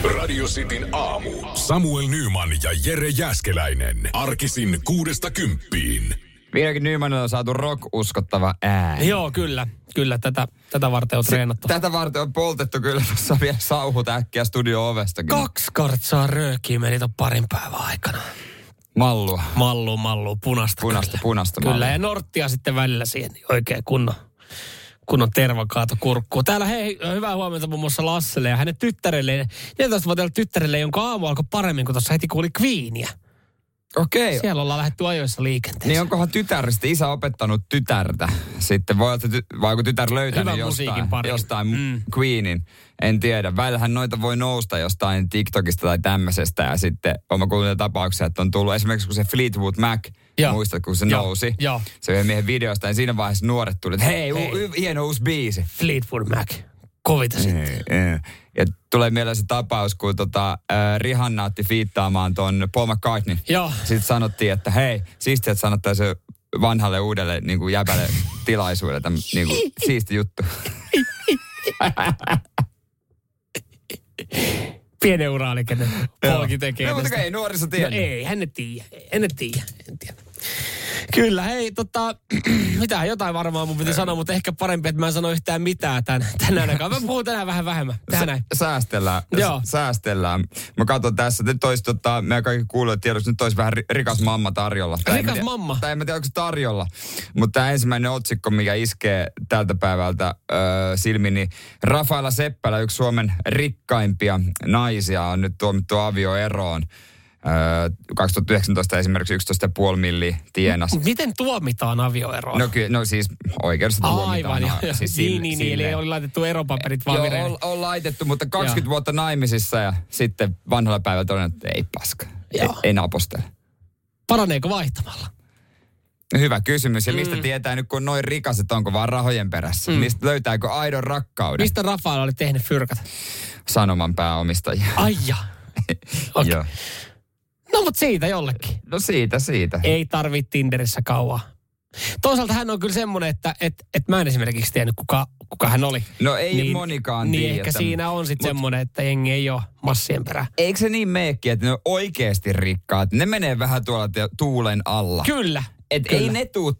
Radio Cityn aamu. Samuel Nyman ja Jere Jääskeläinen. Arkisin 6–10. Vieläkin Nymanilla on saatu rock-uskottava ääni. Joo, kyllä. Kyllä, tätä varten on treenattu. Tätä varten on poltettu kyllä tuossa vielä sauhut äkkiä studio-ovestakin. 2 kartsaa röökiä meni ton parin päivän aikana. Mallua. Mallu, punasta. Punaista kyllä, mallua. ja norttia sitten välillä siihen, niin oikein kunnon tervakaato kurkkuu. Täällä hei, hyvää huomenta muun muassa Lasselle ja hänen tyttärelleen, 14-vuotiaalle tyttärelle, jonka aamu alkoi paremmin, kun tuossa heti kuuli Queenia. Okei. Siellä ollaan lähdetty ajoissa liikenteeseen. Niin onkohan tytäristä isä opettanut tytärtä? Sitten voi olla, vai onko tytär löytänyt jostain Queenin? En tiedä. Välillähän noita voi nousta jostain TikTokista tai tämmöisestä. Ja sitten olen kuullut tapauksia, että on tullut esimerkiksi kun se Fleetwood Mac, muistatko kun se nousi? Joo. Se oli miehen videosta, niin siinä vaiheessa nuoret tuli, että hei. Hieno uusi biisi. Fleetwood Mac. Kovita sitten. Ja tulee mieleen se tapaus, kun Rihanna otti fiittaamaan ton Paul McCartney. Joo. Sitten sanottiin, että hei, siistiä, että sanottaisiin vanhalle uudelle niin kuin jäbälle tilaisuudelle. Niin kuin, siisti juttu. Pienen uraali, kenen Paulkin tekee. No, mutta ei nuoriso tiedä. No ei, en tiedä. Kyllä, hei, mitään jotain varmaan mun piti sanoa, mutta ehkä parempi, että mä en sano yhtään mitään tänään aikaan. Mä puhun tänään vähän vähemmän. Säästellään. Mä katson tässä, nyt olisi meidän kaikki kuulijat tiedoksi, nyt olisi vähän rikas mamma tarjolla. Rikas mamma? Tai en mä tiedä, onko se tarjolla. Mutta tämä ensimmäinen otsikko, mikä iskee tältä päivältä silmiin, niin Rafaela Seppälä, yksi Suomen rikkaimpia naisia, on nyt tuomittu avioeroon. 2019 esimerkiksi 11,5 miljoonaa tienas. Miten tuomitaan avioeroon? No siis oikeudessa tuomitaan. Aivan, siis niin, eli oli laitettu eropaperit vaan vireille. Joo, on laitettu, mutta 20 vuotta naimisissa ja sitten vanhalla päivällä todennut, että ei paska. Ei napostele. Paraneeko vaihtamalla? Hyvä kysymys. Ja mistä tietää nyt, kun on noin rikas, että onko vaan rahojen perässä? Mistä löytääkö aidon rakkauden? Mistä Rafael oli tehnyt fyrkat? Sanoman pääomistajia. Aija. Okay. Joo. No mutta siitä jollekin. No siitä. Ei tarvitse Tinderissä kauaa. Toisaalta hän on kyllä semmoinen, että mä en esimerkiksi tiennyt, kuka hän oli. No ei monikaan tiedä. Niin ehkä siinä on sitten semmoinen, että jengi ei ole massien perään. Eikö se niin meekki, että ne on oikeasti rikkaat? Ne menee vähän tuolla tuulen alla. Kyllä. Että ei ne tuu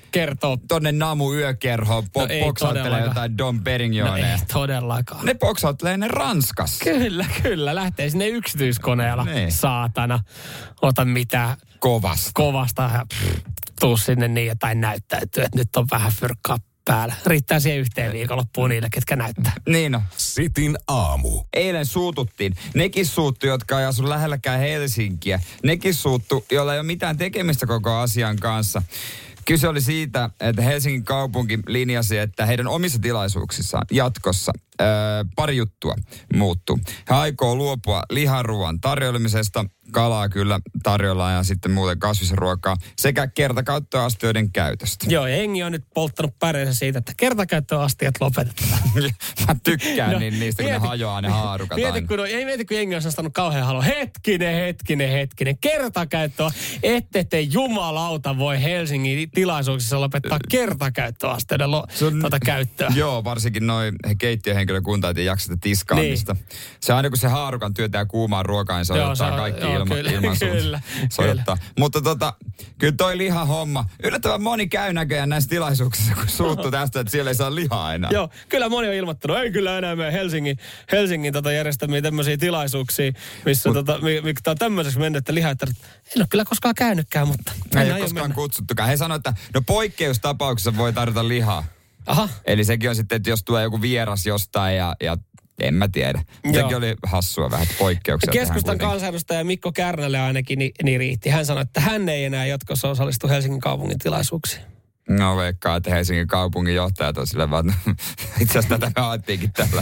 tonne Namu yökerhoon poksauttelee jotain Dom Perignoneja. No ei todellakaan. Ne poksauttelee ne Ranskassa. Kyllä. Lähtee sinne yksityiskoneella. Niin. Saatana. Ota mitä. Kovasta ja tuu sinne niin jotain näyttäytyy, että nyt on vähän fyrkkaa päällä. Riittää siihen yhteen viikonloppuun niille, ketkä näyttää. Niin on. Cityn aamu. Eilen suututtiin. Nekin suuttu, jotka ei asu lähelläkään Helsinkiä. Nekin suuttu, joilla ei ole mitään tekemistä koko asian kanssa. Kyse oli siitä, että Helsingin kaupunki linjasi, että heidän omissa tilaisuuksissaan jatkossa pari juttua muuttuu. He aikoo luopua liharuuan tarjoilemisesta, kalaa kyllä tarjolla ja sitten muuten kasvisruokaa sekä kertakäyttöastioiden käytöstä. Joo, ja Engi on nyt polttanut päreensä siitä, että kertakäyttöastiat lopetetaan. Mä tykkään niistä, kun ne hajoaa ne haarukat aina. Mieti, kun Engi on saanut kauhean halua. Hetkinen. Kertakäyttöä. Ette te jumalauta voi Helsingin tilaisuuksissa lopettaa kertakäyttöasteiden käyttöä. Joo, varsinkin noi keittiöhenkilökunta, ettei jaksa sitä tiskaamista. Niin. Se aina kun se haarukan työtää kuumaa ruokaa, niin se odottaa kaikki ilman kyllä. Mutta kyllä toi lihahomma, yllättävän moni käy näköjään näissä tilaisuuksissa, kun suuttuu tästä, että siellä ei saa lihaa enää. Joo, kyllä moni on ilmoittanut, ei kyllä enää mene Helsingin järjestämiä tämmöisiä tilaisuuksia, missä mikä on tämmöiseksi mennyt, että lihaa, että en ole kyllä koskaan käynytkään, mutta ei ole koskaan kutsuttukaan. He sanoivat, että no poikkeustapauksessa voi tarjota lihaa. Aha. Eli sekin on sitten, että jos tulee joku vieras jostain ja en mä tiedä. Sekin oli hassua vähän poikkeuksia. Keskustan kansanedustaja Mikko Kärnälle ainakin niin riitti. Hän sanoi, että hän ei enää jatkossa osallistu Helsingin kaupungin tilaisuuksiin. No veikkaa, että Helsingin kaupungin johtajat on silleen vaan, itse asiassa tätä me haettiinkin tällä.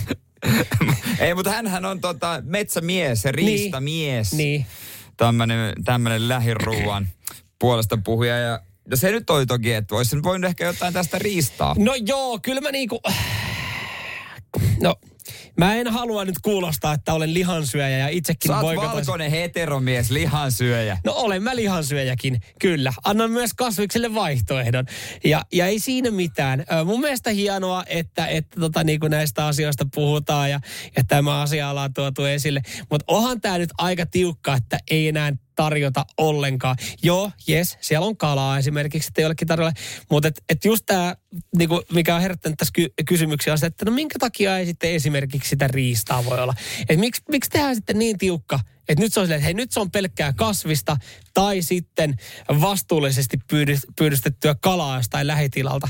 Ei, mutta hänhän on metsämies, riistamies. Niin. Tämmönen lähiruuan puolesta puhuja ja se nyt oli toki, että olisi voinut ehkä jotain tästä riistaa. No joo, kyllä mä niinku... No, Mä en halua nyt kuulostaa, että olen lihansyöjä ja itsekin Sä oot boikotoisin. valkoinen heteromies, lihansyöjä. No olen mä lihansyöjäkin, kyllä. Annan myös kasvikselle vaihtoehdon. Ja ei siinä mitään. Mun mielestä hienoa, että niin kuin näistä asioista puhutaan ja tämä asia ollaan tuotu esille. Mutta onhan tämä nyt aika tiukka, että ei enää tarjota ollenkaan. Joo, jes, siellä on kalaa esimerkiksi, että jollekin tarjolla. Mutta et just tämä, niinku, mikä on herättänyt tässä kysymyksiä, on se, että no minkä takia ei sitten esimerkiksi sitä riistaa voi olla. Että miksi tehdään sitten niin tiukka, että nyt se on silleen, että hei, nyt se on pelkkää kasvista tai sitten vastuullisesti pyydystettyä kalaa jostain lähitilalta.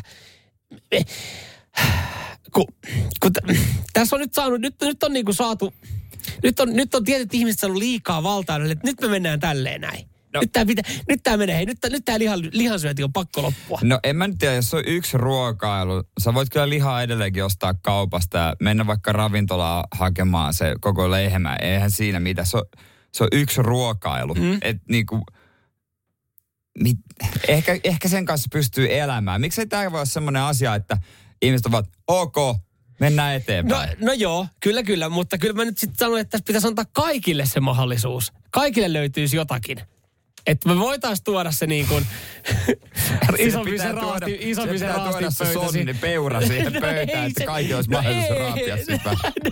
Tässä on nyt saanut, nyt on niinku saatu... Nyt on tietyt ihmiset saanut liikaa valtaa, että nyt me mennään tälleen näin. No. Nyt tämä menee, hei, nyt tämä lihansyönti on pakko loppua. No en mä nyt tiedä, jos on yksi ruokailu, sä voit kyllä lihaa edelleenkin ostaa kaupasta ja mennä vaikka ravintolaan hakemaan se koko lehmä. Eihän siinä mitään, se on yksi ruokailu. Et niinku, ehkä sen kanssa pystyy elämään. Miksei tämä voi olla semmoinen asia, että ihmiset ovat ok, mennään eteenpäin. No joo, kyllä, mutta kyllä mä nyt sitten sanon, että tässä pitäisi antaa kaikille se mahdollisuus. Kaikille löytyisi jotakin. Että me voitaisiin tuoda se niin kuin isompi se raastipöytä. Se sonni peura siihen pöytään, että kaikki olisi mahdollisuus raapia sitä.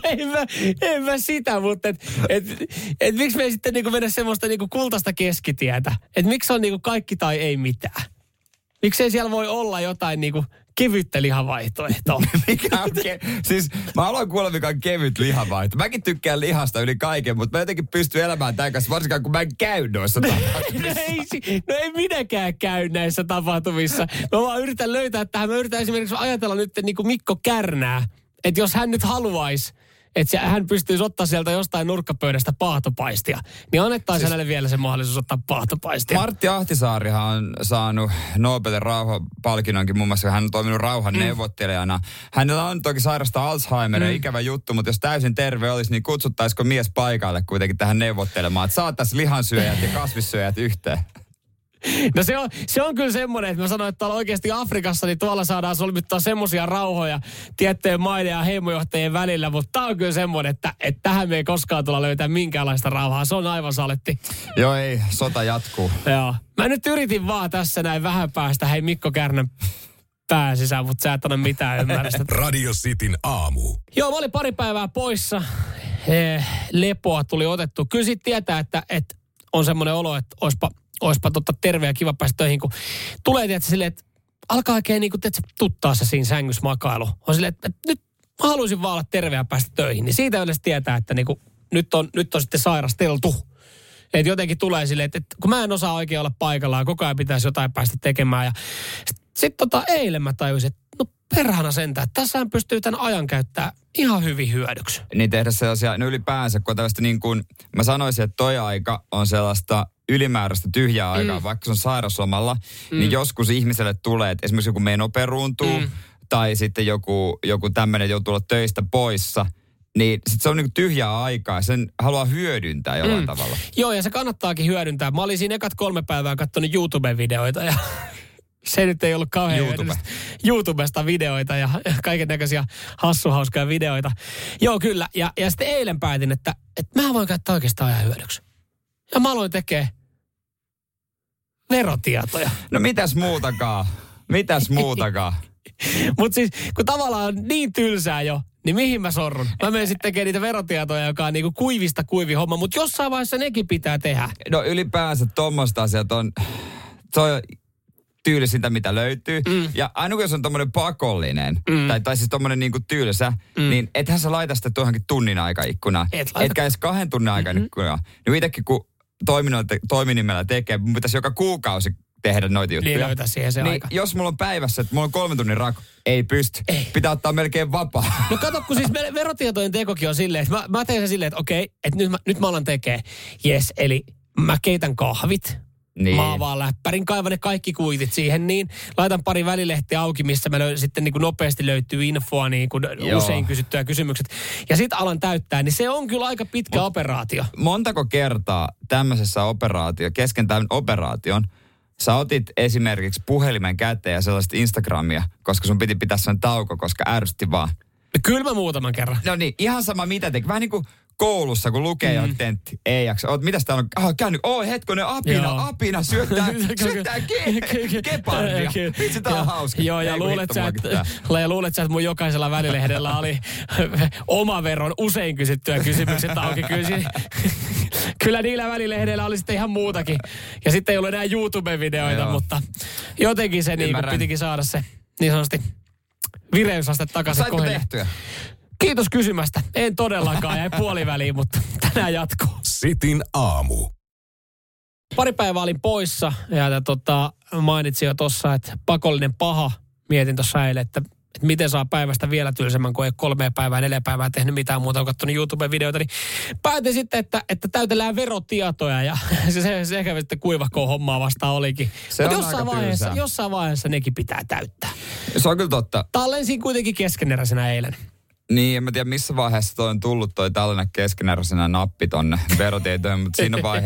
En mä sitä, mutta et miksi me ei sitten niin kuin mennä semmoista niin kuin kultaista keskitietä? Että miksi on niin kuin kaikki tai ei mitään? Miksei siellä voi olla jotain niin kuin kevyttä lihavaihtoehtoa? Siis mä aloin kuulla, mikä on kevyt lihavaihto. Mäkin tykkään lihasta yli kaiken, mutta mä jotenkin pystyn elämään tämän kanssa, varsinkaan kun mä en käy noissa tapahtumissa. No ei minäkään käy näissä tapahtumissa. Mä vaan yritän löytää tähän. Mä yritän esimerkiksi ajatella nyt niin kuin Mikko Kärnää, että jos hän nyt haluaisi, että hän pystyisi ottaa sieltä jostain nurkkapöydästä paahtopaistia, niin annettaisiin hänelle vielä se mahdollisuus ottaa paahtopaistia. Martti Ahtisaarihan on saanut Nobelin rauhanpalkinnonkin, muun muassa hän on toiminut rauhanneuvottelijana. Hänellä on toki sairasta Alzheimeria, ikävä juttu, mutta jos täysin terve olisi, niin kutsuttaisiko mies paikalle kuitenkin tähän neuvottelemaan, että saataisiin lihansyöjät ja kasvissyöjät yhteen? No se on kyllä semmoinen, että mä sanoin, että tuolla oikeasti Afrikassa, niin tuolla saadaan solmittaa semmoisia rauhoja tiettyjen maiden ja heimojohtajien välillä, mutta tää on kyllä semmoinen, että tähän me ei koskaan tulla löytää minkäänlaista rauhaa. Se on aivan saletti. Joo, ei, sota jatkuu. Joo. Mä nyt yritin vaan tässä näin vähän päästä, hei Mikko Kärnän pää sisään, mutta sä et anna mitään ymmärrystä. Radio Cityn aamu. Joo, mä olin pari päivää poissa. Lepoa tuli otettu. Kyllä sit tietää, että on semmoinen olo, että oispa terve ja kiva päästä töihin, kun tulee tietysti silleen, että alkaa oikein niin kuin tuttaa se siinä sängyssä makailu. On silleen, että nyt mä haluaisin vaan olla terve ja päästä töihin. Niin siitä yleensä tietää, että niin kuin, nyt on sitten sairasteltu. Että jotenkin tulee silleen, että kun mä en osaa oikein olla paikallaan, koko ajan pitäisi jotain päästä tekemään. Ja sitten eilen mä tajusin, että no perhana sentään, että tässähän pystyy tämän ajan käyttämään ihan hyvin hyödyksi. Niin tehdä sellaisia, no ylipäänsä, kun tällaista niin kuin, mä sanoisin, että toi aika on sellaista ylimääräistä tyhjää aikaa, vaikka se on sairaslomalla, niin joskus ihmiselle tulee, että esimerkiksi joku meno peruuntuu, tai sitten joku tämmöinen joutuu olla töistä poissa, niin sitten se on niinku tyhjää aikaa, sen haluaa hyödyntää jollain tavalla. Joo, ja se kannattaakin hyödyntää. Mä olin siinä ekat 3 päivää katsonut YouTube-videoita, ja se nyt ei ollut kauhean YouTubesta videoita ja kaiken näköisiä hassuhauskoja videoita. Joo, kyllä. Ja sitten eilen päätin, että mä voin käyttää oikeastaan ajan hyödyksi. Ja mä aloin tekemään verotietoja. No mitäs muutakaan? Mutta siis, kun tavallaan on niin tylsää jo, niin mihin mä sorrun? Mä menen sitten tekemään niitä verotietoja, joka on niinku kuivista kuivi homma, mutta jossain vaiheessa nekin pitää tehdä. No ylipäänsä tommoista asiat on, se on tyylisintä, mitä löytyy. Ja aina kun jos on tommonen pakollinen, tai siis tommonen niinku tylsä, niin ethän sä laita sitä tuohonkin tunnin aikaikkunaan. Etkä edes 2 tunnin aikaikkunaan. Niin itsekin kun toiminimellä tekee, mun pitäisi joka kuukausi tehdä noita juttuja. Niin löytää siihen se niin aika. Jos mulla on päivässä, että mulla on 3 tunnin rako, ei pysty. Ei. Pitää ottaa melkein vapaa. No kato, kun siis verotietojen tekokin on silleen, että mä teen sen silleen, että okei, että nyt mä alan tekee. Jes, eli mä keitän kahvit. Niin. Mä avaan läppärin, kaivan ne kaikki kuitit siihen, niin laitan pari välilehtiä auki, missä mä sitten niin kuin nopeasti löytyy infoa, niin kuin usein kysyttyä kysymykset. Ja sit alan täyttää, niin se on kyllä aika pitkä operaatio. Montako kertaa tämmöisessä kesken tämän operaation, sä otit esimerkiksi puhelimen käteen ja sellaista Instagramia, koska sun piti pitää sen tauko, koska ärsytti vaan. Kyllä mä muutaman kerran. No niin, ihan sama mitä tekee. Vähän niin kuin koulussa, kun lukee jo tentti. Ei jaksa. Mitäs täällä on? Käynyt. Hetkonen, apina syöttää gepardia. Vitsi, tää on hauska. Joo, ja luulet sä, että mun jokaisella välilehdellä oli oma veron usein kysyttyä kysymykset auki. Kyllä niillä välilehdellä oli sitten ihan muutakin. Ja sitten ei ollut enää YouTube-videoita, mutta jotenkin se niin pitikin saada se niin sanotusti vireysaste takaisin kohdille. Saitko tehtyä? Kiitos kysymästä. En todellakaan, jäi puoliväliin, mutta tänään jatkuu. Sitin aamu. Pari päivää olin poissa ja mainitsin jo tuossa, että pakollinen paha. Mietin tuossa eilen, että miten saa päivästä vielä tylsemmän, kun ei 3 päivää, 4 päivää tehnyt mitään muuta, on katsonut YouTube-videoita, niin päätin sitten, että täytellään verotietoja ja se ehkä sitten kuivahkoon hommaa vastaan olikin. Mutta jossain vaiheessa nekin pitää täyttää. Se on kyllä totta. Tallensin kuitenkin keskeneräisenä eilen. Niin, en mä tiedä missä vaiheessa toi on tullut toi tällainen keskeneräisenä nappi tonne verotietoihin, mutta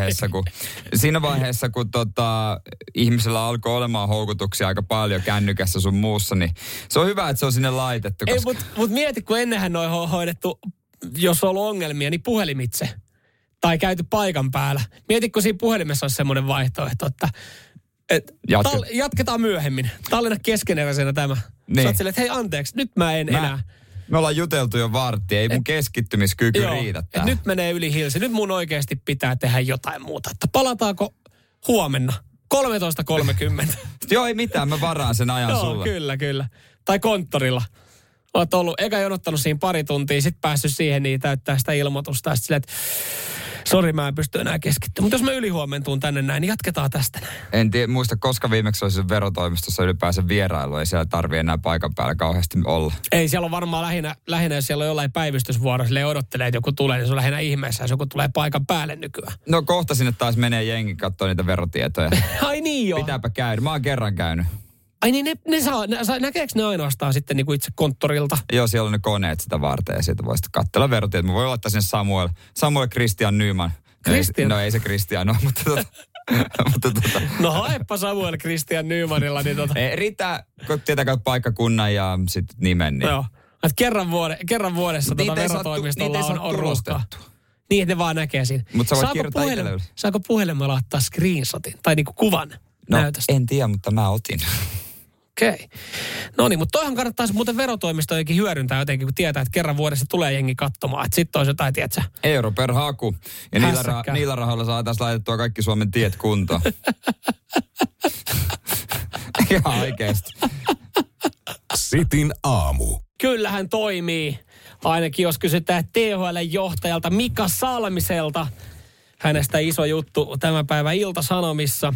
siinä vaiheessa, kun ihmisellä alkoi olemaan houkutuksia aika paljon kännykässä sun muussa, niin se on hyvä, että se on sinne laitettu. Koska... Ei, mutta mieti, kun ennenhän noi on hoidettu, jos on ollut ongelmia, niin puhelimitse tai käyty paikan päällä. Mieti, kun siinä puhelimessa olisi semmoinen vaihtoehto, että jatketaan myöhemmin. Tallenna keskeneräisenä tämä. Niin. Sä oot silleen, että hei anteeksi, nyt mä en enää. Me ollaan juteltu jo varttia, ei mun keskittymiskyky riitä tähän. Nyt menee yli hilsi. Nyt mun oikeasti pitää tehdä jotain muuta. Että palataanko huomenna 13.30? Joo, ei mitään, mä varaan sen ajan sulle. Kyllä. Tai konttorilla. Olet ollut eka jonottanut siinä pari tuntia, sit päässyt siihen niin täyttää sitä ilmoitusta. Sitten silleen, että sori, mä en pysty enää keskittymään. Mutta jos mä ylihuomenna tuun tänne näin, niin jatketaan tästä näin. En muista, koska viimeksi olisi verotoimistossa ylipäänsä vierailu. Ei siellä tarvitse enää paikan päällä kauheasti olla. Ei, siellä on varmaan lähinnä jos siellä on jollain päivystysvuoro, sille odottelee, että joku tulee, niin se on lähinnä ihmeessä, jos joku tulee paikan päälle nykyään. No kohta sinne taas menee jengi katsoa niitä verotietoja. Ai niin joo. Pitääpä käydä. Mä oon kerran käynyt. Ai niin, näkeekö ne ainoastaan sitten niinku itse konttorilta? Joo, siellä on ne koneet sitä varten ja siitä voi sitten katsella verotietoja. Mä voin laittaa sinne Samuel Christian Nyman. Christian? No ei se Christian ole, mutta No haepa Samuel Christian Nymanilla. Niin riittää, kun tietääkö paikkakunnan ja sitten nimen. Niin. Joo. Kerran vuodessa verotoimistolla on ruuhkaa. Niin, että ne vaan näkee siinä. Mutta sä voit kirjoittaa itselle yli. Saako puhelimella ottaa screenshotin tai niinku kuvan näytöstä? En tiedä, mutta mä otin. Okei. No niin, mutta toihan kannattaisi muuten verotoimistojenkin hyödyntää jotenkin, kun tietää, että kerran vuodessa tulee jengi katsomaan. Että sitten olisi jotain, tiedätkö? Euro per haku. Ja niillä rahoilla saataisiin laitettua kaikki Suomen tiet kuntoon. Ihan oikeasti. Sitin aamu. Kyllähän toimii. Ainakin jos kysytään THL-johtajalta Mika Salmiselta. Hänestä iso juttu tämän päivän Ilta-Sanomissa.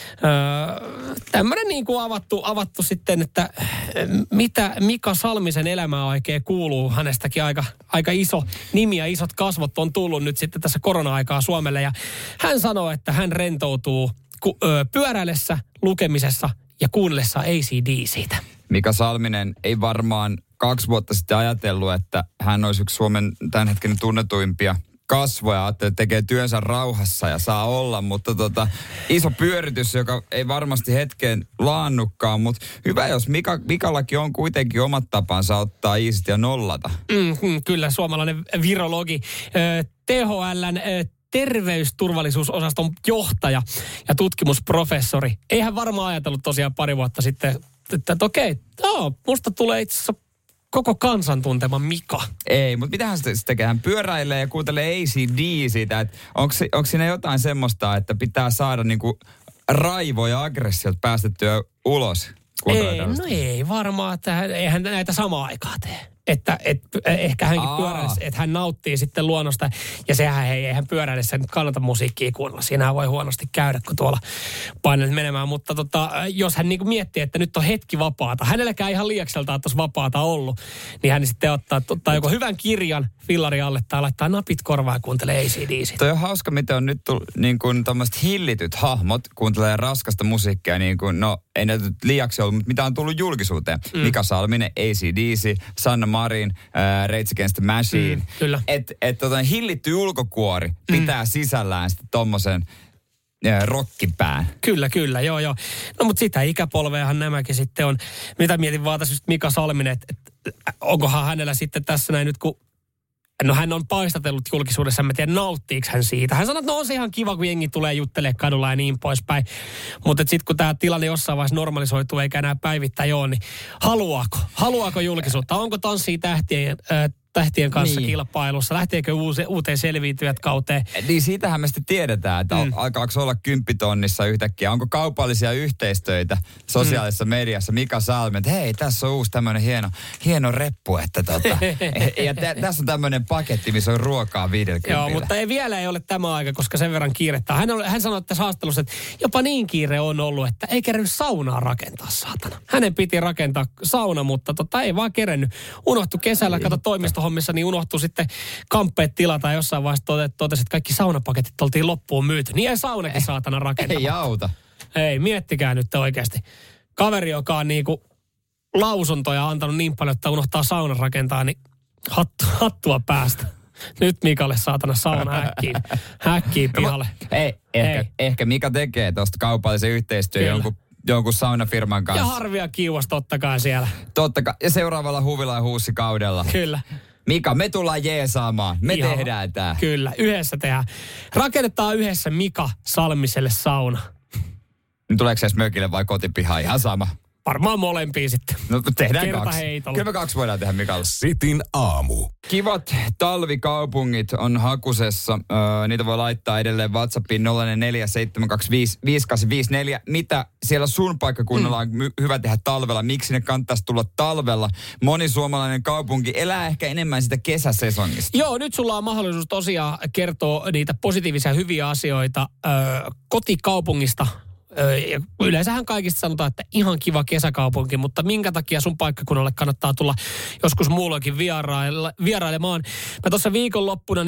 Tämmöinen niin kuin avattu sitten, että mitä Mika Salmisen elämään oikein kuuluu. Hänestäkin aika iso nimi ja isot kasvot on tullut nyt sitten tässä korona-aikaa Suomelle. Ja hän sanoo, että hän rentoutuu pyöräillessä, lukemisessa ja kuunnellessa AC/DC:tä. Mika Salminen ei varmaan 2 vuotta sitten ajatellut, että hän olisi yksi Suomen tämän hetken tunnetuimpia kasvoja, että tekee työnsä rauhassa ja saa olla, mutta iso pyöritys, joka ei varmasti hetkeen laannukkaan, mutta hyvä, jos Mikallakin on kuitenkin omat tapansa ottaa iisit ja nollata. Kyllä, suomalainen virologi. THL:n terveysturvallisuusosaston johtaja ja tutkimusprofessori. Eihän varmaan ajatellut tosiaan 2 vuotta sitten, että okei, musta tulee itse asiassa koko kansan tuntema Mika. Ei, mutta mitähän se tekee? Hän pyöräilee ja kuuntelee AC/DC:tä. Onko siinä jotain semmoista, että pitää saada niinku raivo ja aggressiot päästettyä ulos? Ei varmaan, että eihän näitä samaan aikaan tee. Että ehkä hänkin pyöräilisi, että hän nauttii sitten luonnosta. Ja sehän eihän pyöräilessä nyt kannata musiikkia kuunnella. Siinähän voi huonosti käydä, kun tuolla painelet menemään. Mutta jos hän niinku miettii, että nyt on hetki vapaata. Hänelläkään ihan liiakselta, että olisi vapaata ollut. Niin hän sitten ottaa joko hyvän kirjan fillari alle tai laittaa napit korvaan ja kuuntelee AC/DC. Toi on hauska, miten on nyt tullut niin kuin tämmöiset hillityt hahmot, kuuntelee raskasta musiikkia. Niin kuin, no ei näytä liiaksi ollut, mutta mitä on tullut julkisuuteen. Mika Salminen, AC/DC, Sanna Marin, Rage Against the Machine. Kyllä. Että hillitty ulkokuori pitää sisällään sitten tommosen rockipään. Kyllä, joo. No mutta sitä ikäpolveahan nämäkin sitten on. Mitä mietin vaan tässä just Mika Salminen, että onkohan hänellä sitten tässä näin nyt, kun no hän on paistatellut julkisuudessa, en tiedä nauttiiko hän siitä. Hän sanoi, että no on se ihan kiva, kun jengi tulee juttelemaan kadulla ja niin poispäin. Mutta sitten kun tämä tilanne jossain vaiheessa normalisoituu eikä enää päivittäin ole, niin haluaako julkisuutta? Onko tanssii tähtien kanssa kilpailussa? Lähteekö uuteen selviytyjät kauteen? Niin siitähän me sitten tiedetään, että alkaako olla 10 000 yhtäkkiä. Onko kaupallisia yhteistöitä sosiaalisessa mediassa? Mika Salmi, että hei, tässä on uusi tämmöinen hieno reppu, että ja tässä on tämmöinen paketti, missä on ruokaa 50. Joo, mutta vielä ei ole tämä aika, koska sen verran kiirettä. Hän sanoi tässä haastattelussa, että jopa niin kiire on ollut, että ei kerennyt saunaa rakentaa, saatana. Hänen piti rakentaa sauna, mutta ei vaan kerennyt. Unohtu kesällä, kato toimistohommissa, niin unohtui sitten kamppeet tilata ja jossain vaiheessa totesi, että kaikki saunapaketit oltiin loppuun myyty. Niin ei saunakin saatana rakentaa. Ei auta. Ei, miettikää nyt oikeasti. Kaveri, joka on niinku lausuntoja antanut niin paljon, että unohtaa saunan rakentaa, niin hattua päästä. Nyt Mikalle saatana sauna häkkiin pihalle. Ehkä Mika tekee tuosta kaupallisen yhteistyön jonkun saunafirman kanssa. Ja Harvia Kiuas totta kai siellä. Totta kai. Ja seuraavalla Huvila ja Huussi kaudella. Kyllä. Mika, me tullaan jeesaamaan. Me tehdään tää. Kyllä, yhdessä tehdään. Rakennetaan yhdessä Mika Salmiselle sauna. Tuleeko se edes mökille vai kotipihaan? Ihan sama. Varmaan molempia sitten. No tehdään Kerta 2. heitolla. Kyllä me 2 voidaan tehdä Mikalle. Sitin aamu. Kivat talvikaupungit on hakusessa. Niitä voi laittaa edelleen WhatsAppiin 047255854. Mitä siellä sun paikkakunnalla on hyvä tehdä talvella? Miksi ne kannattaisi tulla talvella? Moni suomalainen kaupunki elää ehkä enemmän sitä kesäsesongista. Joo, nyt sulla on mahdollisuus tosiaan kertoa niitä positiivisia hyviä asioita kotikaupungista. Yleensähän kaikista sanotaan, että ihan kiva kesäkaupunki, mutta minkä takia sun paikkakunnalle kannattaa tulla joskus muullakin vierailemaan. Mä tuossa viikonloppuna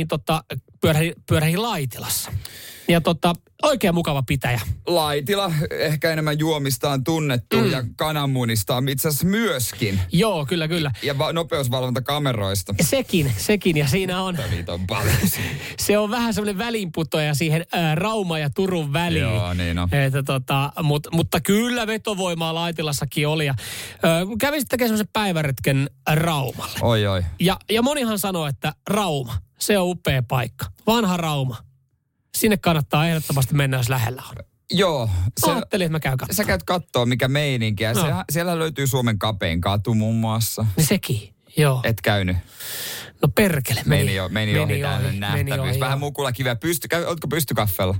pyörähin Laitilassa. Ja oikein mukava pitäjä. Laitila, ehkä enemmän juomistaan tunnettu ja kananmunistaan itse asiassa myöskin. Joo, kyllä. Ja nopeusvalvontakameroista. Sekin ja siinä on. Niitä on paljon. Se on vähän semmoinen väliinputoja siihen Rauma ja Turun väliin. Joo, niin on. Mutta kyllä vetovoimaa Laitilassakin oli. Ja kävin sitten semmoisen päiväretken Raumalle. Oi. Ja monihan sanoo, että Rauma, se on upea paikka. Vanha Rauma. Sinne kannattaa ehdottomasti mennä, jos lähellä on. Joo. Ajattelin, että mä käyn katsomaan. Sä käyt kattoo, mikä meininki. Ja siellä löytyy Suomen kapein katu muun muassa. Sekin, joo. Et käynyt. No perkele. Meni ohi tänne nähtävyys. Vähän mukula kiveä. Ootko pystykaffella?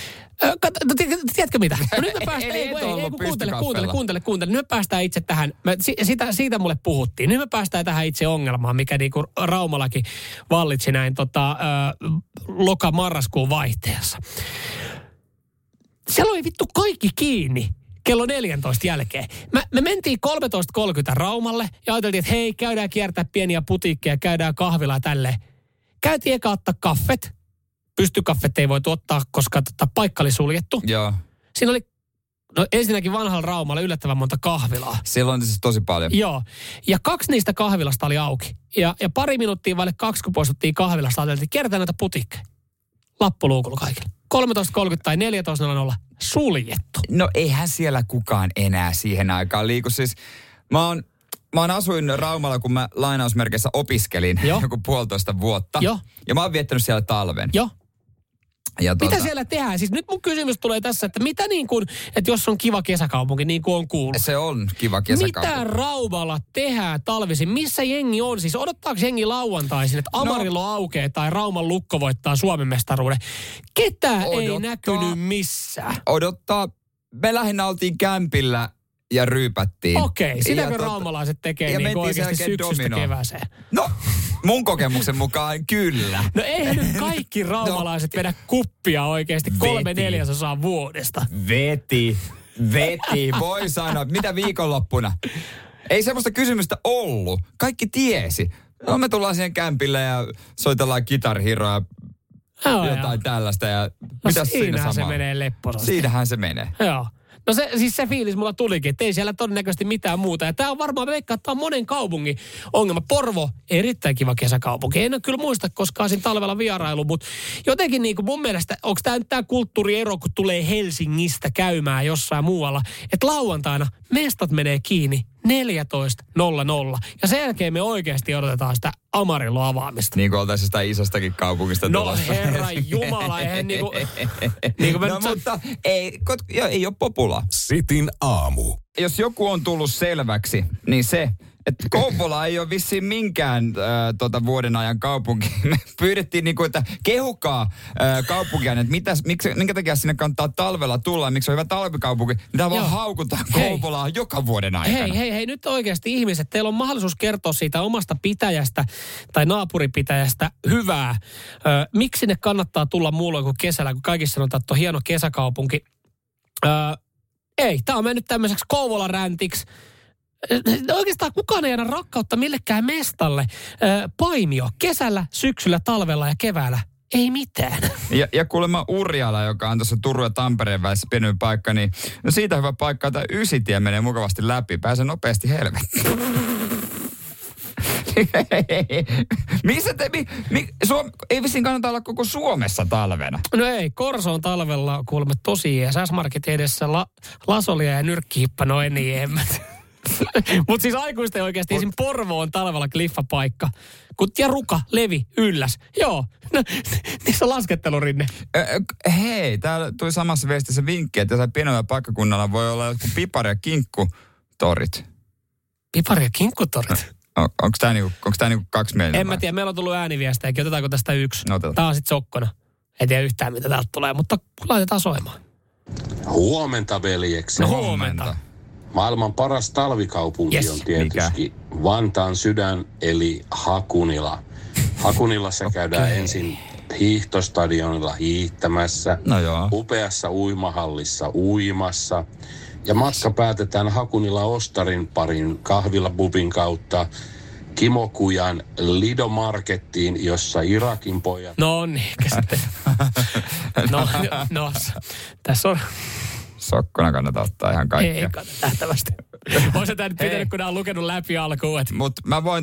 Tiedätkö mitä? No nyt me päästään, kuuntele. Nyt me päästään itse tähän, siitä mulle puhuttiin. Nyt me päästään tähän itse ongelmaan, mikä niinku Raumallakin vallitsi näin loka-marraskuun vaihteessa. Siellä oli vittu kaikki kiinni kello 14 jälkeen. Me mentiin 13.30 Raumalle ja ajateltiin, että hei, käydään kiertää pieniä putiikkeja, käydään kahvilaa tälleen. Käytiin eka ottaa kaffet. Pystykaffet ei voitu ottaa, koska paikka oli suljettu. Joo. Siinä oli ensinnäkin vanhalla Raumalla yllättävän monta kahvilaa. Siellä on siis tosi paljon. Joo. Ja 2 niistä kahvilasta oli auki. Ja pari minuuttia vaille 2, kun poistuttiin kahvilasta, ajateltiin, että kierretään näitä putikkeja. Lappuluukulla kaikille. 13.30 tai 14.00 suljettu. No eihän siellä kukaan enää siihen aikaan liiku. Siis mä asuin Raumalla, kun mä lainausmerkeissä opiskelin joku 1,5 vuotta. Joo. Ja mä oon viettänyt siellä talven. Joo. Mitä siellä tehdään? Siis nyt mun kysymys tulee tässä, että mitä niin kuin, että jos on kiva kesäkaupunki, niin kuin on kuullut. Se on kiva kesäkaupunki. Mitä Raumalla tehdään talvisin? Missä jengi on? Siis odottaako jengi lauantaisin, että Amarillo aukeaa tai Rauman Lukko voittaa Suomen mestaruuden? Ketään ei näkynyt missään. Odottaa. Me lähinnä oltiin kämpillä ja ryypättiin. Okei, sitäkö raumalaiset tekee niin oikeasti syksystä kevääseen? No, mun kokemuksen mukaan kyllä. No eihän nyt kaikki raumalaiset vedä kuppia oikeasti 3/4 vuodesta. Veti. Voi sanoa, mitä viikonloppuna? Ei semmoista kysymystä ollut. Kaikki tiesi. No me tullaan siihen kämpille ja soitellaan Guitar Heroa ja jotain tällaista. Ja mitäs siinähän se menee lepposasti. Siinähän se menee. Joo. No se fiilis mulla tulikin, että ei siellä todennäköisesti mitään muuta. Ja tää on varmaan, veikkaa, että tää on monen kaupungin ongelma. Porvo, erittäin kiva kesäkaupunki. En ole kyllä muista koskaan siinä talvella vierailu, mutta jotenkin niin kuin mun mielestä, onko tää nyt tää kulttuuriero, kun tulee Helsingistä käymään jossain muualla, että lauantaina mestat menee kiinni 14.00. Ja sen jälkeen me oikeasti odotetaan sitä Amarillo avaamista. Niin kuin oltaisiin sitä isostakin kaupungista tulossa. No herran jumala, eihän niinku mutta ei ole popula. Sitin aamu. Jos joku on tullut selväksi, niin se, että Kouvola ei ole vissiin minkään vuoden ajan kaupunki. Me pyydettiin että kehukaa kaupunkia, että minkä takia sinne kannattaa talvella tulla ja miksi se on hyvä talvikaupunki. Mitä vaan haukutaan Kouvolaa joka vuoden aikana. Hei, nyt oikeasti ihmiset, teillä on mahdollisuus kertoa siitä omasta pitäjästä tai naapuripitäjästä hyvää. Miksi sinne kannattaa tulla muulloin kuin kesällä, kun kaikissa sanotaan, että on hieno kesäkaupunki. Ei, tää on mennyt tämmöiseksi Kouvola-räntiksi. Oikeastaan kukaan ei anna rakkautta millekään mestalle. Paimio kesällä, syksyllä, talvella ja keväällä. Ei mitään. Ja kuulemma Urjala, joka on tuossa Turun ja Tampereen välissä pieni paikka, niin no siitä hyvä paikka, että Ysitie menee mukavasti läpi. Pääsee nopeasti helvettiin. Missä ei vissiin kannata olla koko Suomessa talvena. No ei, Korsoon talvella kuulemme tosi S-Market edessä lasolia ja nyrkkihippa noin niin. Mutta siis aikuisten oikeasti esim. Porvo on talvella kliffapaikka. Ja Ruka, Levi, Ylläs. Joo, no, niissä on laskettelurinne. Hei, täällä tuli samassa viestissä vinkki, että jossain pienellä paikkakunnalla voi olla joku pipari- ja kinkkutorit. Pipari- ja kinkkutorit? Onko tää niinku kaksi mieltä? En mä tiedä, meillä on tullut ääniviestejäkin. Otetaanko tästä yksi? Otetaan. Tää on sit sokkona. En tiedä yhtään, mitä täältä tulee, mutta laitetaan soimaan. Huomenta, veljeksi. No huomenta. Maailman paras talvikaupunki on tietysti Vantaan sydän, eli Hakunila. Hakunilassa käydään ensin hiihtostadionilla hiihtämässä, upeassa uimahallissa uimassa. Ja matka päätetään Hakunila Ostarin parin kahvilabubin kautta Kimokujan Lido-markettiin, jossa Irakin pojat... No niin, no, tässä on... Sokkona kannattaa ottaa ihan kaikkea. Ei kannata nähtävästi. Olisi tämä nyt pitänyt, kun nämä on lukenut läpi alkuun. Mutta mä voin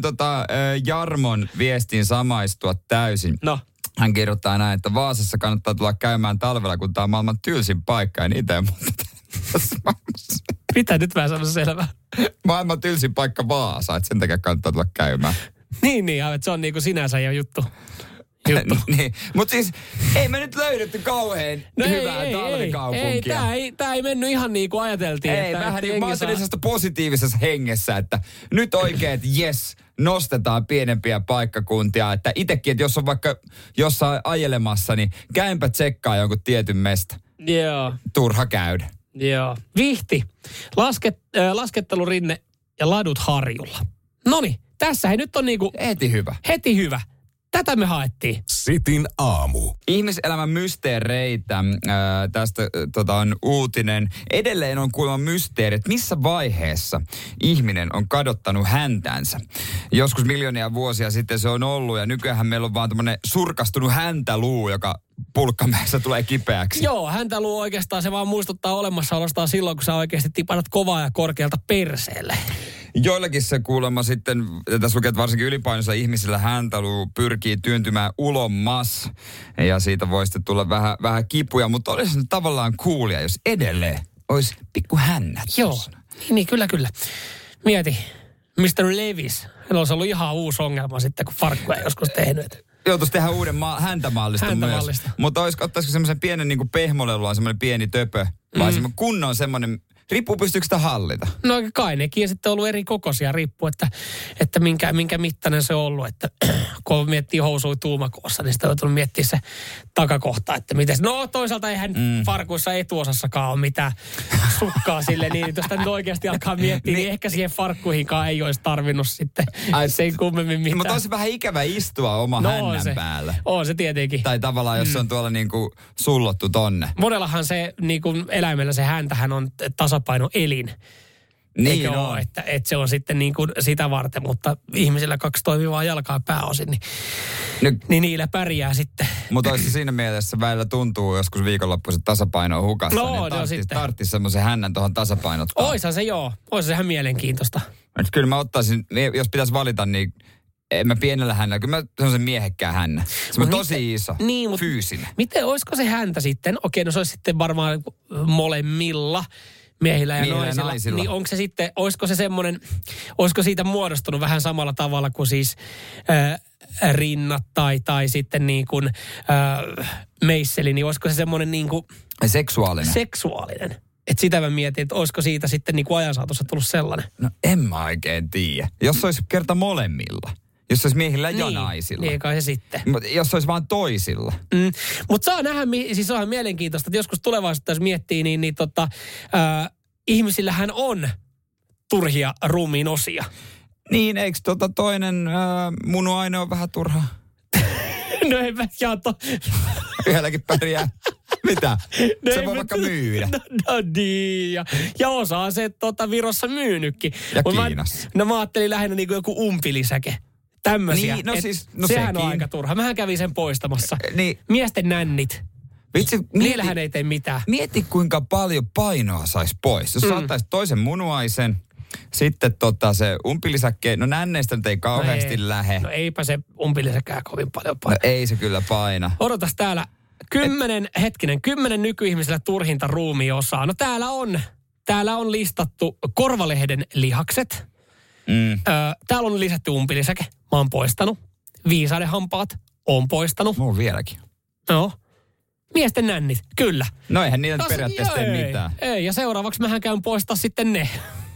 Jarmon viestiin samaistua täysin. No. Hän kirjoittaa näin, että Vaasassa kannattaa tulla käymään talvella, kun tämä on maailman tylsin paikka ja niitä ei muuta tässä maailmassa. Mitä nyt mä sanon selvää? Maailman tylsin paikka Vaasa, että sen takia kannattaa tulla käymään. Niin, että se on niinku sinänsä jo juttu. Niin. Mutta siis ei me nyt löydetty kauhean hyvää talvikaupunkia. Tää ei mennyt ihan niin kuin ajateltiin. Ei, vähän niin kuin positiivisessa hengessä, että nyt oikein, että jes, nostetaan pienempiä paikkakuntia. Että itekin, että jos on vaikka jossain ajelemassa, niin käympä tsekkaa jonkun tietyn mesta. Joo. Turha käydä. Joo. Vihti, laskettelurinne ja ladut Harjulla. Noniin, tässä ei nyt on niinku... Heti hyvä. Tätä me haettiin. Sitin aamu. Ihmiselämän mysteereitä. Tästä on uutinen. Edelleen on kuulemma mysteeri, että missä vaiheessa ihminen on kadottanut häntänsä. Joskus miljoonia vuosia sitten se on ollut ja nykyään meillä on vaan tämmöinen surkastunut häntäluu, joka pulkkamäessä tulee kipeäksi. Joo, häntäluu oikeastaan se vaan muistuttaa olemassaolostaan silloin, kun sä oikeasti tipanat kovaa ja korkealta perseelle. Joillakin se kuulemma sitten, tässä lukee, että varsinkin ylipainoisilla ihmisillä häntäluu pyrkii työntymään ulommas. Ja siitä voi sitten tulla vähän kipuja, mutta olisi tavallaan coolia, jos edelleen olisi pikku hännät. Joo, niin kyllä. Mieti, Mr. Levis, hän olisi ollut ihan uusi ongelma sitten, kun farkkuja joskus tehnyt. Joutuisi tehdä uuden häntämallista myös. Mutta ottaisiko semmoisen pienen niin kuin pehmoleluan, semmoinen pieni töpö, vai semmoinen kunnon semmoinen... Riippuu, pystyykö sitä hallita? No kai nekin ja sitten on ollut eri kokoisia. Riippuu, että minkä mittainen se on ollut. Että kun miettii housui tuumakoossa, niin sitä on tullut miettiä se takakohta, että miten... No toisaalta eihän farkuissa etuosassakaan ole mitään sukkaa sille, niin jos nyt oikeasti alkaa miettiä, niin ehkä siihen farkkuihinkaan ei olisi tarvinnut sitten sen kummemmin mitään. Mutta olisi vähän ikävä istua oma hännän päällä. On se tietenkin. Tai tavallaan, jos se on tuolla niin kuin sullottu tonne. Monellahan se niin kuin eläimellä se häntähän on tasapainoelin. Niin on. Että se on sitten niin kuin sitä varten, mutta ihmisillä 2 toimivaa jalkaa pääosin, niin niillä pärjää sitten. Mutta olisi siinä mielessä välillä tuntuu joskus viikonloppuiset tasapaino hukassa, niin tarttisi semmoisen hännän tuohon tasapainottaa. Oishan se joo. Oishan sehän mielenkiintoista. Et kyllä mä ottaisin, jos pitäisi valita, niin en mä pienellä hännällä, kyllä mä semmoisen miehekkään hännä. Semmoinen tosi iso, fyysinen. Miten, olisiko se häntä sitten? Okei, no se olisi sitten varmaan molemmilla. miehillä ja naisilla. Niin onko se sitten, olisiko se semmoinen, olisiko siitä muodostunut vähän samalla tavalla kuin siis rinnat tai sitten niin kuin meisseli, niin olisiko se semmoinen niin kuin seksuaalinen. Että sitä mä mietin, että olisiko siitä sitten niin kuin ajan saatossa tullut sellainen. No en mä oikein tiedä. Jos olisi kerta molemmilla. Jos olisi miehillä ja naisilla. Niin kai se sitten. Jos olisi vaan toisilla. Mutta saa nähdä, siis on mielenkiintoista, että joskus tulevaisuutta jos miettii, niin ihmisillähän on turhia ruumiin osia. Niin, eikö toinen munuaine on vähän turhaa? No ei mä yhdelläkin pärjää. Mitä? No se voi vaikka myydä. No niin, ja osaa se Virossa myynytkin. Ja Kiinassa. Mä ajattelin lähinnä niin kuin joku umpilisäke. Tämmöisiä. Niin, sehän sekin on aika turha. Mähän kävin sen poistamassa. Niin. Miesten nännit. Vitsi, niillähän ei tee mitään. Mieti, kuinka paljon painoa saisi pois. Jos saattaisi toisen munuaisen, sitten se umpilisäkkeen, no nänneistä nyt ei kauheasti lähe. No eipä se umpilisäkään kovin paljon paina. No ei se kyllä paina. Odotas täällä 10 nykyihmisellä turhinta ruumiosaa. No täällä on listattu korvalehden lihakset. Täällä on lisätty umpilisäke. Mä oon poistanut. Viisaiden hampaat. Oon poistanut. Mulla vieläkin. No. Miesten nännit. Kyllä. No eihän niitä periaatteessa tee mitään. Ei, ja seuraavaksi mähän käyn poistaa sitten ne.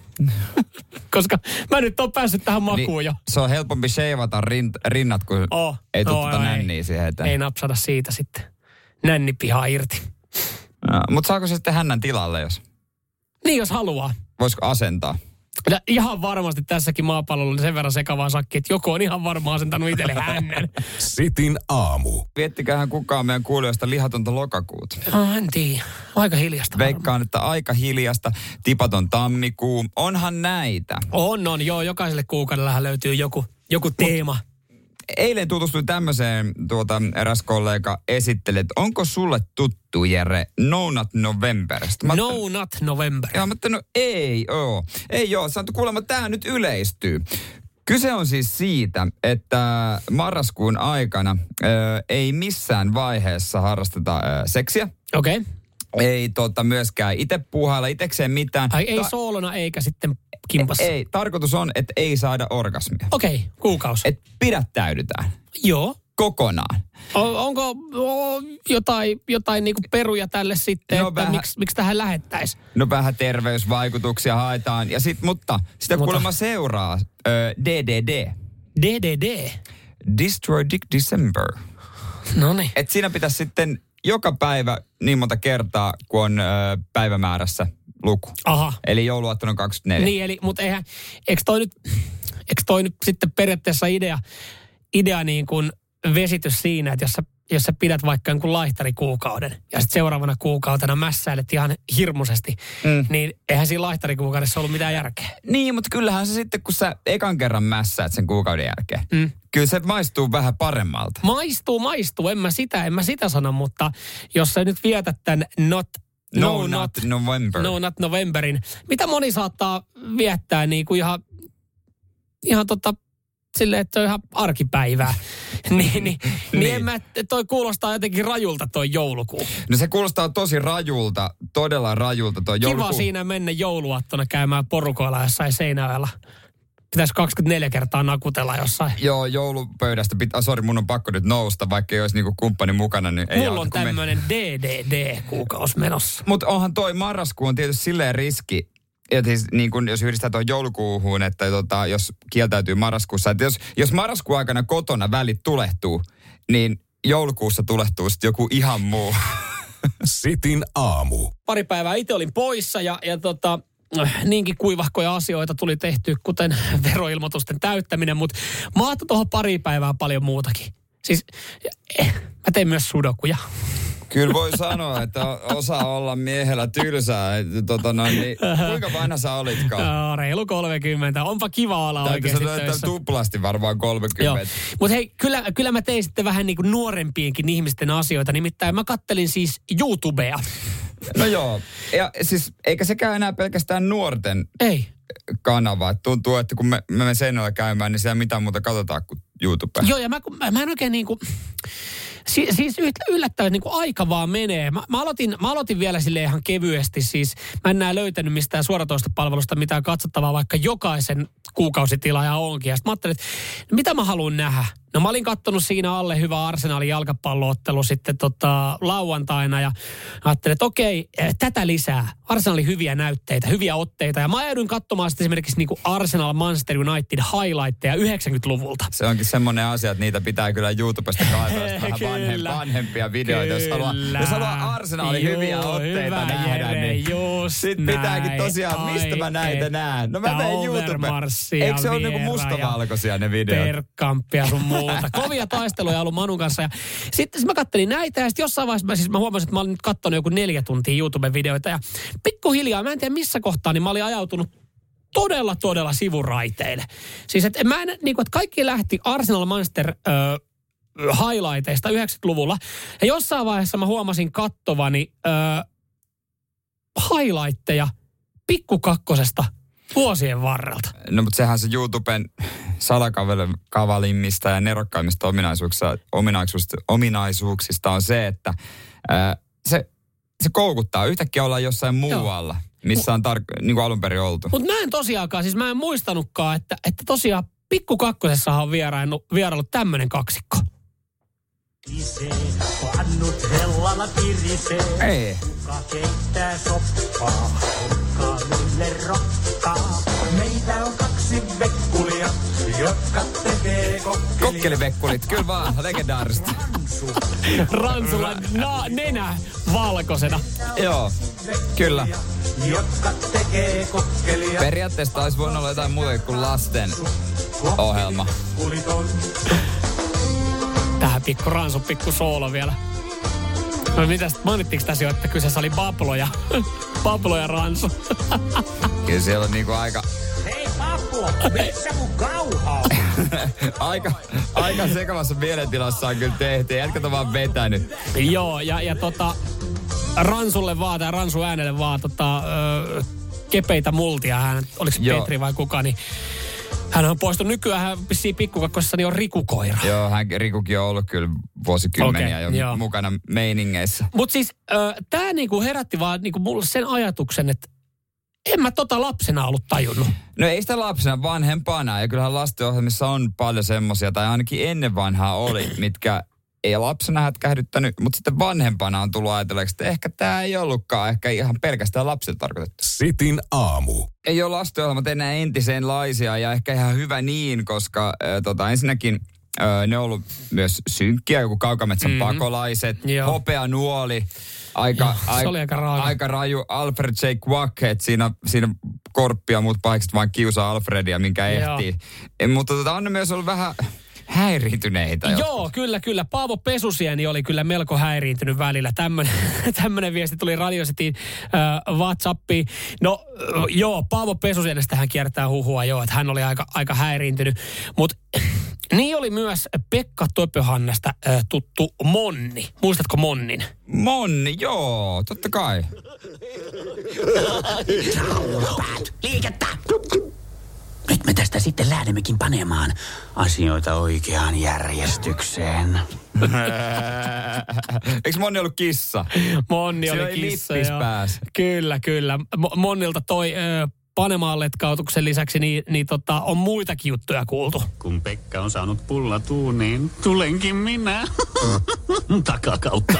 Koska mä nyt oon päässyt tähän makuun jo. Se on helpompi sheivata rinnat, kun ei tule nänniä siihen eteen. Ei napsada siitä sitten nännipihaa irti. No, mutta saako se sitten hännän tilalle, jos? Niin, jos haluaa. Voisiko asentaa? Ja ihan varmasti tässäkin maapallolla on sen verran sekavaa sakki, että joku on ihan varmaan asentanut itselle hännän. Sitin aamu. Viettiköhän kukaan meidän kuulijoista lihatonta lokakuuta? En tiedä. Aika hiljasta. Veikkaan, että aika hiljasta. Tipaton tammikuu. Onhan näitä. On. Joo, jokaiselle kuukaudellahan löytyy joku teema. Eilen tutustuin tämmöiseen, eräs kollega esitteli, että onko sulle tuttu, Jere, No Nut Novemberista? No Nut November. Ja mä ajattelin, no ei oo. Ei oo, sanottu kuulemma, tää nyt yleistyy. Kyse on siis siitä, että marraskuun aikana ei missään vaiheessa harrasteta seksiä. Okei. Okay. Ei myöskään itse puuhailla itekseen mitään. Ai ei soolona eikä sitten kimpassa. Ei, tarkoitus on, että ei saada orgasmia. Okei, kuukausi. Että pidättäydytään. Joo. Kokonaan. Onko jotain niinku peruja tälle sitten, no, että miksi tähän lähettäisiin? No vähän terveysvaikutuksia haetaan, mutta sitä kuulemma seuraa DDD. DDD? Destroy Dick December. Noniin. Että siinä pitäisi sitten joka päivä niin monta kertaa, kun on päivämäärässä luku. Aha. Eli jouluaattona 24. Niin, mutta eikö toi nyt sitten periaatteessa idea niin kuin vesitys siinä, että jos sä pidät vaikka jonkun laihtarikuukauden ja sitten seuraavana kuukautena mässäilet ihan hirmuisesti, niin eihän siinä laihtarikuukaudessa ollut mitään järkeä. Niin, mutta kyllähän se sitten, kun sä ekan kerran mässäät sen kuukauden jälkeen, kyllä se maistuu vähän paremmalta. Maistuu. En mä sitä sano, mutta jos sä nyt vietät tämän No Nut Novemberin, mitä moni saattaa viettää niin kuin ihan silleen, että se on ihan arkipäivää. niin. Toi kuulostaa jotenkin rajulta toi joulukuu. No se kuulostaa tosi rajulta, todella rajulta toi joulukuu. Kiva siinä mennä jouluaattona käymään porukoilla jossain Seinäjoella. Pitäisi 24 kertaa nakutella jossain. Joo, joulupöydästä mun on pakko nyt nousta, vaikka ei olisi niinku kumppani mukana. Niin ei mulla on tämmöinen DDD-kuukausi menossa. Mutta onhan toi marraskuu on tietysti silleen riski, että siis niin kun, jos yhdistää tuon joulukuuhun, että jos kieltäytyy marraskuussa, että jos marraskuun aikana kotona välit tulehtuu, niin joulukuussa tulehtuu sitten joku ihan muu. Sitin aamu. Pari päivää itse olin poissa ja niinkin kuivahkoja asioita tuli tehty, kuten veroilmoitusten täyttäminen, mutta mä ajattelin tuohon pari päivää paljon muutakin. Siis mä tein myös sudokuja. Kyllä voi sanoa, että osaa olla miehellä tylsää. Niin, kuinka vanha sä olitkaan? Reilu 30. Onpa kiva olla oikeasti töissä. Täytyy tuplasti varmaan 30. Mutta hei, kyllä mä tein sitten vähän niin kuin nuorempienkin ihmisten asioita. Nimittäin mä kattelin siis YouTubea. No joo. Ja siis eikä sekään enää pelkästään nuorten kanava. Tuntuu, että kun me menen Seinäjoella käymään, niin siellä mitään muuta katsotaan kuin YouTubea. Joo, ja mä en oikein niinku Siis yllättävän niin kuin aika vaan menee. Mä aloitin vielä silleen ihan kevyesti. Siis mä en löytänyt mistään suoratoistopalvelusta mitään katsottavaa, vaikka jokaisen kuukausitilaaja onkin. Ja sitten mä ajattelin, että mitä mä haluan nähdä? No mä olin kattonut siinä alle hyvä Arsenalin jalkapalloottelu sitten lauantaina ja ajattelin, että okei, tätä lisää. Arsenalin hyviä näytteitä, hyviä otteita. Ja mä ajaudun katsomaan sitten esimerkiksi niin kuin Arsenal Manchester United highlightteja 90-luvulta. Se onkin semmoinen asia, että niitä pitää kyllä YouTubesta kaivaa vähän vanhempia videoita. Jos haluaa Arsenalin hyviä otteita nähdä, niin sitten pitääkin tosiaan, mistä mä näitä näen? No mä menen YouTubeen. Eikö se ole niinku mustavalkoisia ne videot? Bergkampia sun muuta. Kovia taisteluja ollut Manun kanssa. Ja sitten mä kattelin näitä ja sitten jossain vaiheessa mä huomasin, että mä olin nyt katsonut joku 4 tuntia YouTuben-videoita. Ja pikkuhiljaa, mä en tiedä missä kohtaa, niin mä olin ajautunut todella sivuraiteille. Siis että mä en, niin kuin, että kaikki lähti Arsenal Manchester highlighteista 90-luvulla. Ja jossain vaiheessa mä huomasin kattovani highlightteja pikkukakkosesta vuosien varrelta. No mutta sehän se YouTuben salakavalimmista ja nerokkaimmista ominaisuuksista on se, että se koukuttaa. Yhtäkkiä ollaan jossain muualla, missä on niin kuin alun perin oltu. Mutta mä en tosiaankaan, siis mä en muistanutkaan, että tosiaan pikkukakkosessahan on vieraillut tämmöinen kaksikko. Ei. Kuka keittää soppaa, kuka meille rokkaa. Meitä on 2 vekkulia, jotka tekee kokkelia. Kokkelivekkulit, kyllä vaan, legendaarista. Ransulla nenä valkoisena. Joo, kyllä. Jotka tekee kokkelia. Periaatteessa olisi voinut olla jotain muuta kuin lasten ohjelma. Tähän pikku soolo vielä. No mitäs, mainittiinko tässä jo, että kyseessä oli Pablo ja Ransu? Kyllä siellä on niinku aika... Hei Pablo, missä mun kauhaa? aika sekavassa mielentilassa on kyllä tehty. Jätkät on vaan vetänyt. Joo, ja Ransulle vaan, tai Ransu äänelle vaan kepeitä multia. Hän, oliko se Petri vai kuka, niin... Hän on poistunut nykyään, hän vissiin pikkukakkosessa, niin on Riku-koira. Joo, Rikukin on ollut kyllä vuosikymmeniä jo mukana meiningeissä. Mutta siis tämä niinku herätti vaan niinku mulle sen ajatuksen, että en mä lapsena ollut tajunnut. No ei sitä lapsena, vanhempana. Ja kyllähän lastenohjelmissa on paljon semmoisia, tai ainakin ennen vanhaa oli, mitkä ei lapsena hätkähdyttänyt, mutta sitten vanhempana on tullut ajatelleeksi, että ehkä tämä ei ollutkaan ehkä ihan pelkästään lapsille tarkoitettu. Sitin aamu. Ei ole lastenohjelmat enää entisenlaisia ja ehkä ihan hyvä niin, koska ensinnäkin ne on ollut myös synkkiä, joku Kaukametsän pakolaiset, Hopeanuoli, aika raju Alfred J. Quack, että siinä Korppi ja muut pahikset vaan kiusaa Alfredia, minkä ehtii. Mutta on ne myös ollut vähän häiriintyneitä. Joo, kyllä. Paavo Pesusieni oli kyllä melko häiriintynyt välillä. Tämmöinen viesti tuli Radio Cityn WhatsAppiin. No joo, Paavo Pesusienestähän kiertää huhua että hän oli aika häiriintynyt. Mutta niin oli myös Pekka Töpöhannasta tuttu Monni. Muistatko Monnin? Monni, joo, totta kai. Raulapäät, liikettä! Nyt me tästä sitten lähdemmekin panemaan asioita oikeaan järjestykseen. Eikö Monni ollut kissa? Monni oli kissa, joo. Kyllä. Monnilta toi Panemaan-letkautuksen lisäksi on muitakin juttuja kuultu. Kun Pekka on saanut pullatuun, niin tulenkin minä. Takakautta.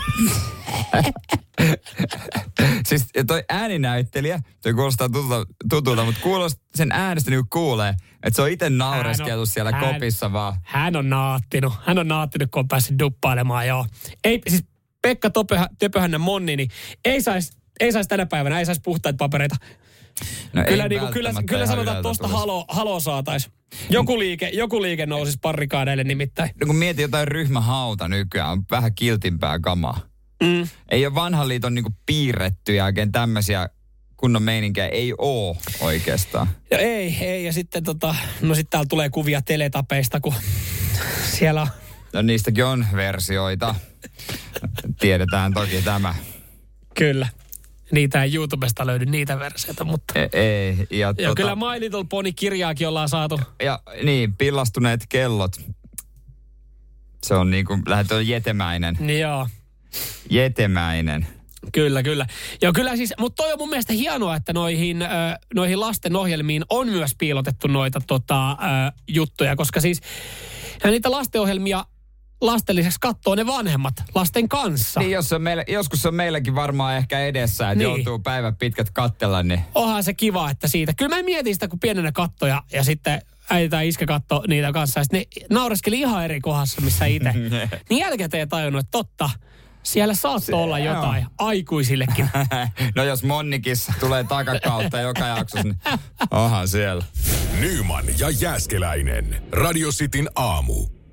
Siis toi ääninäyttelijä, toi kuulostaa tutulta, mutta sen äänestä niin kuulee, että se on itse naureskellut siellä kopissa vaan. Hän on naattinut, kun on päässyt duppailemaan, joo. Ei, siis Pekka Töpöhännän Monni, niin ei saisi tänä päivänä, ei saisi puhtaita papereita. No kyllä sanotaan, että tuosta haloo saatais. Joku liike nousisi parrikaadeille nimittäin. No kun mietin jotain ryhmähauta nykyään, on vähän kiltimpää kamaa. Ei ole vanhan liiton niinku piirrettyjä oikein tämmöisiä kunnon meininkejä. Ei oo oikeastaan. Ja ei. Ja sitten sitten täällä tulee kuvia teletapeista, kun siellä on. No niistäkin on versioita. Tiedetään toki tämä. Kyllä. Niitä ei YouTubesta löydy niitä versioita, mutta... Ei. Ja kyllä My Little Pony -kirjaakin ollaan saatu. Ja niin, pillastuneet kellot. Se on niin kuin, lähdetään jetemäinen. Joo. Jetemäinen. Kyllä. Joo, kyllä siis, mutta toi on mun mielestä hienoa, että noihin lasten ohjelmiin on myös piilotettu noita juttuja, koska siis niitä lastenohjelmia lasten lisäksi katsoo ne vanhemmat lasten kanssa. Niin, joskus on meilläkin varmaan ehkä edessä, että joutuu päivät pitkät katsella, niin... Onhan se kiva, että siitä. Kyllä mä mietin sitä, kun pienenä kattoja ja sitten äiti tai iskä katto niitä kanssa. Ja sitten ne naureskeli ihan eri kohdassa, missä itse. Niin jälkikäteen tajunnut, että totta, siellä saattoi olla jotain aikuisillekin. No jos Monnikissa tulee takakautta joka jaksossa, niin onhan siellä. Nyman ja Jääskeläinen. Radio Cityn aamu.